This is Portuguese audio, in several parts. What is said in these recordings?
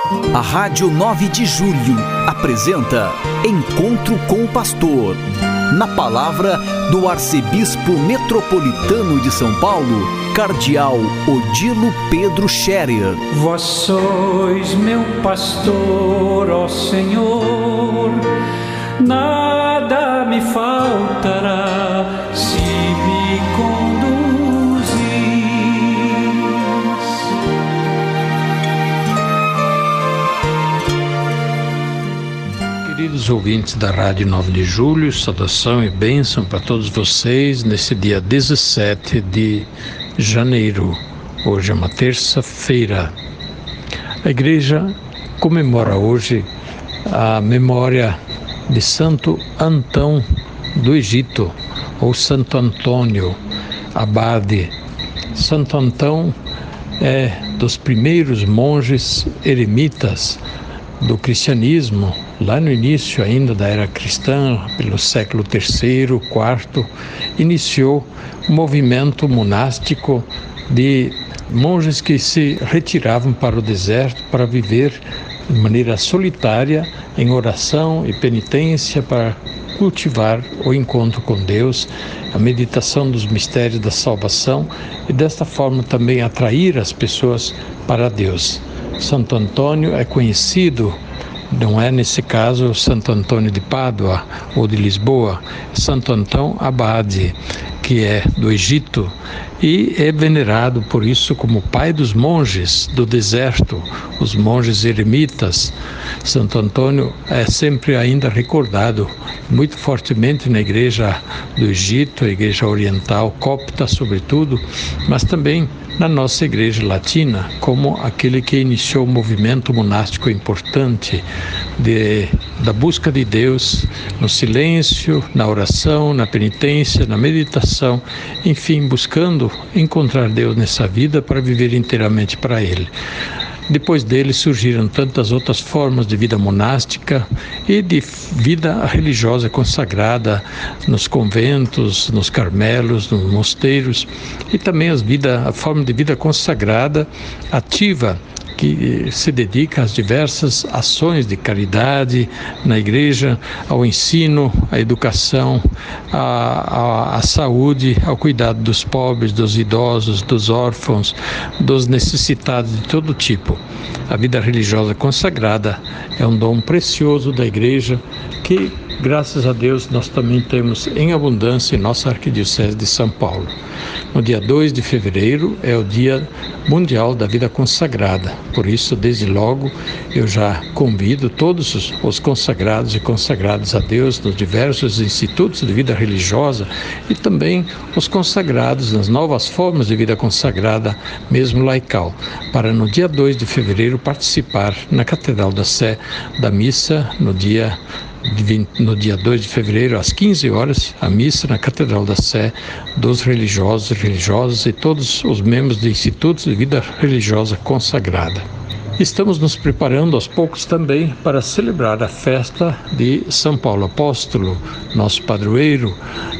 A Rádio 9 de Julho apresenta Encontro com o Pastor, na palavra do Arcebispo Metropolitano de São Paulo, Cardeal Odilo Pedro Scherer. Vós sois meu pastor, ó Senhor, nada me faltará se me conduzis. Queridos ouvintes da Rádio 9 de Julho, saudação e bênção para todos vocês nesse dia 17 de janeiro. Hoje é uma terça-feira. A igreja comemora hoje a memória de Santo Antão do Egito, ou Santo Antônio, abade. Santo Antão é dos primeiros monges eremitas do cristianismo, lá no início ainda da era cristã, pelo século III, IV, iniciou um movimento monástico de monges que se retiravam para o deserto para viver de maneira solitária, em oração e penitência, para cultivar o encontro com Deus, a meditação dos mistérios da salvação e desta forma também atrair as pessoas para Deus. Santo Antônio é conhecido, não é nesse caso Santo Antônio de Pádua ou de Lisboa, Santo Antão Abade, que é do Egito, e é venerado por isso como pai dos monges do deserto, os monges eremitas. Santo Antônio é sempre ainda recordado muito fortemente na igreja do Egito, a igreja oriental copta sobretudo, mas também na nossa igreja latina, como aquele que iniciou um movimento monástico importante da busca de Deus no silêncio, na oração, na penitência, na meditação, enfim, buscando encontrar Deus nessa vida para viver inteiramente para Ele. Depois dele surgiram tantas outras formas de vida monástica e de vida religiosa consagrada nos conventos, nos carmelos, nos mosteiros, e também a forma de vida consagrada ativa, que se dedica às diversas ações de caridade na igreja, ao ensino, à educação, à saúde, ao cuidado dos pobres, dos idosos, dos órfãos, dos necessitados de todo tipo. A vida religiosa consagrada é um dom precioso da igreja que, graças a Deus, nós também temos em abundância em nossa Arquidiocese de São Paulo. No dia 2 de fevereiro é o Dia Mundial da Vida Consagrada. Por isso, desde logo, eu já convido todos os consagrados e consagradas a Deus nos diversos institutos de vida religiosa e também os consagrados nas novas formas de vida consagrada, mesmo laical, para no dia 2 de fevereiro participar na Catedral da Sé da missa no dia 2 de fevereiro, às 15 horas, a missa na Catedral da Sé dos religiosos e religiosas e todos os membros de institutos de vida religiosa consagrada. Estamos nos preparando aos poucos também para celebrar a festa de São Paulo Apóstolo, nosso padroeiro.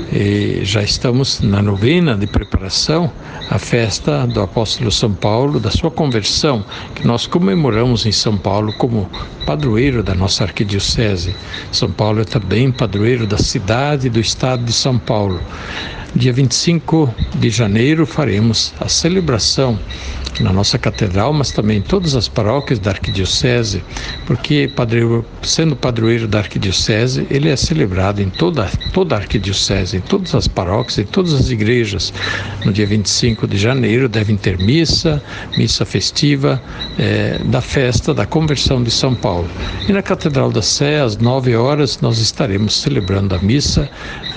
E já estamos na novena de preparação à festa do Apóstolo São Paulo, da sua conversão, que nós comemoramos em São Paulo como padroeiro da nossa arquidiocese. São Paulo é também padroeiro da cidade e do estado de São Paulo. Dia 25 de janeiro faremos a celebração na nossa catedral, mas também em todas as paróquias da arquidiocese, porque sendo padroeiro da arquidiocese, ele é celebrado em toda a arquidiocese, em todas as paróquias, em todas as igrejas. No dia 25 de janeiro devem ter missa festiva da festa da conversão de São Paulo. E na Catedral da Sé, às 9 horas, nós estaremos celebrando a missa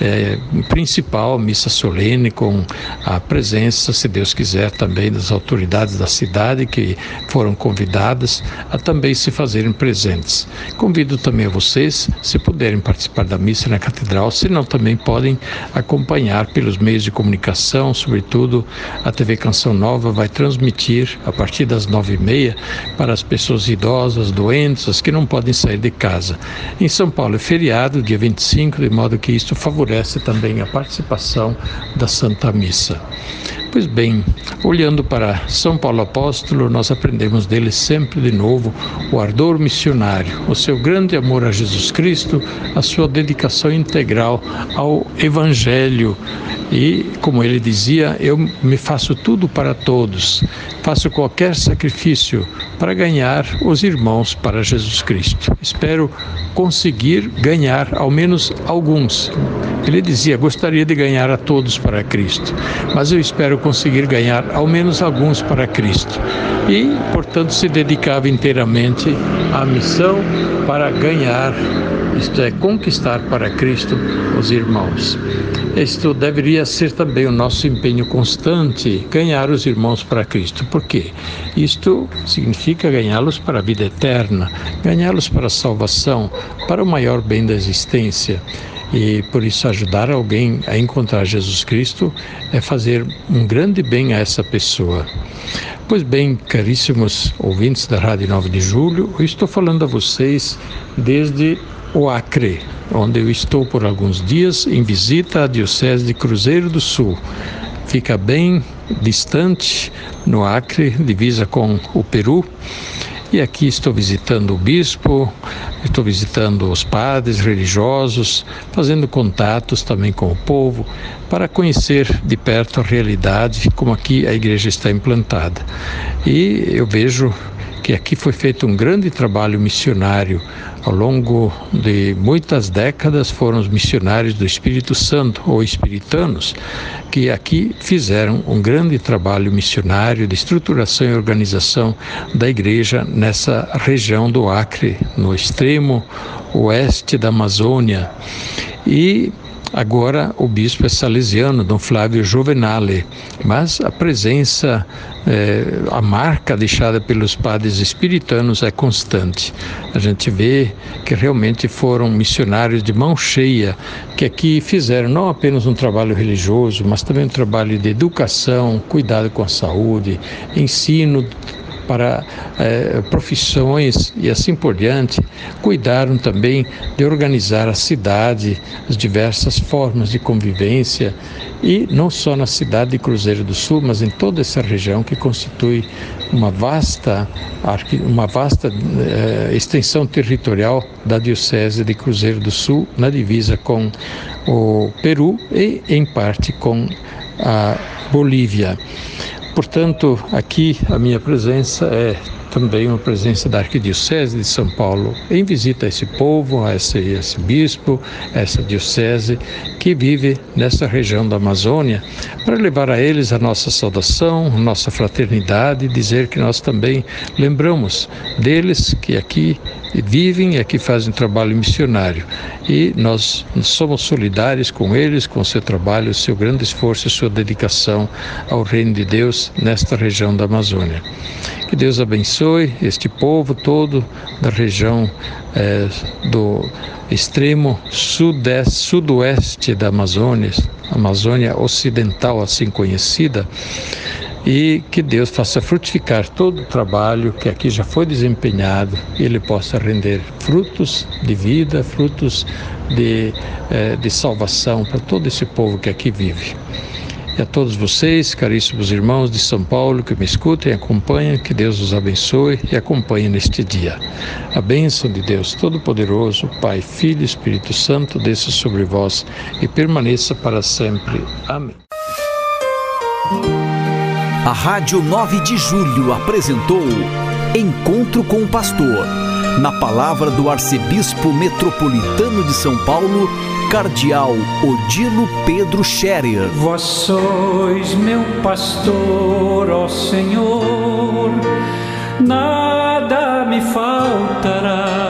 principal, missa solene, com a presença, se Deus quiser, também das autoridades da cidade que foram convidadas a também se fazerem presentes. Convido também a vocês, se puderem participar da missa na Catedral, se não também podem acompanhar pelos meios de comunicação, sobretudo a TV Canção Nova vai transmitir a partir das 9h30 para as pessoas idosas, doentes, as que não podem sair de casa. Em São Paulo é feriado, dia 25, de modo que isto favorece também a participação da Santa Missa. Pois bem, olhando para São Paulo Apóstolo, nós aprendemos dele sempre de novo o ardor missionário, o seu grande amor a Jesus Cristo, a sua dedicação integral ao Evangelho. E, como ele dizia, eu me faço tudo para todos, faço qualquer sacrifício para ganhar os irmãos para Jesus Cristo. Espero conseguir ganhar ao menos alguns. Ele dizia, gostaria de ganhar a todos para Cristo, mas eu espero conseguir ganhar ao menos alguns para Cristo. E, portanto, se dedicava inteiramente à missão para ganhar, isto é, conquistar para Cristo os irmãos. Isto deveria ser também o nosso empenho constante, ganhar os irmãos para Cristo. Por quê? Isto significa ganhá-los para a vida eterna, ganhá-los para a salvação, para o maior bem da existência. E por isso ajudar alguém a encontrar Jesus Cristo é fazer um grande bem a essa pessoa. Pois bem, caríssimos ouvintes da Rádio 9 de Julho, eu estou falando a vocês desde o Acre, onde eu estou por alguns dias em visita à Diocese de Cruzeiro do Sul. Fica bem distante, no Acre, divisa com o Peru. E aqui estou visitando o bispo, estou visitando os padres religiosos, fazendo contatos também com o povo, para conhecer de perto a realidade, como aqui a igreja está implantada. E eu vejo que aqui foi feito um grande trabalho missionário. Ao longo de muitas décadas foram os missionários do Espírito Santo, ou espiritanos, que aqui fizeram um grande trabalho missionário de estruturação e organização da igreja nessa região do Acre, no extremo oeste da Amazônia. E agora o bispo é salesiano, Dom Flávio Jovenale, mas a presença, a marca deixada pelos padres espiritanos é constante. A gente vê que realmente foram missionários de mão cheia, que aqui fizeram não apenas um trabalho religioso, mas também um trabalho de educação, cuidado com a saúde, ensino para profissões e assim por diante. Cuidaram também de organizar a cidade, as diversas formas de convivência, e não só na cidade de Cruzeiro do Sul, mas em toda essa região que constitui uma vasta extensão territorial da Diocese de Cruzeiro do Sul, na divisa com o Peru e em parte com a Bolívia. Portanto, aqui a minha presença é também uma presença da Arquidiocese de São Paulo em visita a esse povo, a esse bispo, a essa diocese que vive nessa região da Amazônia, para levar a eles a nossa saudação, a nossa fraternidade, e dizer que nós também lembramos deles que aqui vivem e aqui fazem um trabalho missionário. E nós somos solidários com eles, com o seu trabalho, o seu grande esforço e sua dedicação ao reino de Deus nesta região da Amazônia. Que Deus abençoe este povo todo da região do extremo sudoeste da Amazônia, Amazônia Ocidental, assim conhecida, e que Deus faça frutificar todo o trabalho que aqui já foi desempenhado e ele possa render frutos de vida, frutos de salvação para todo esse povo que aqui vive. E a todos vocês, caríssimos irmãos de São Paulo, que me escutem e acompanhem, que Deus os abençoe e acompanhe neste dia. A bênção de Deus Todo-Poderoso, Pai, Filho e Espírito Santo, desça sobre vós e permaneça para sempre. Amém. A Rádio 9 de Julho apresentou Encontro com o Pastor, na palavra do Arcebispo Metropolitano de São Paulo, Cardeal Odilo Pedro Scherer. Vós sois meu pastor, ó Senhor, nada me faltará.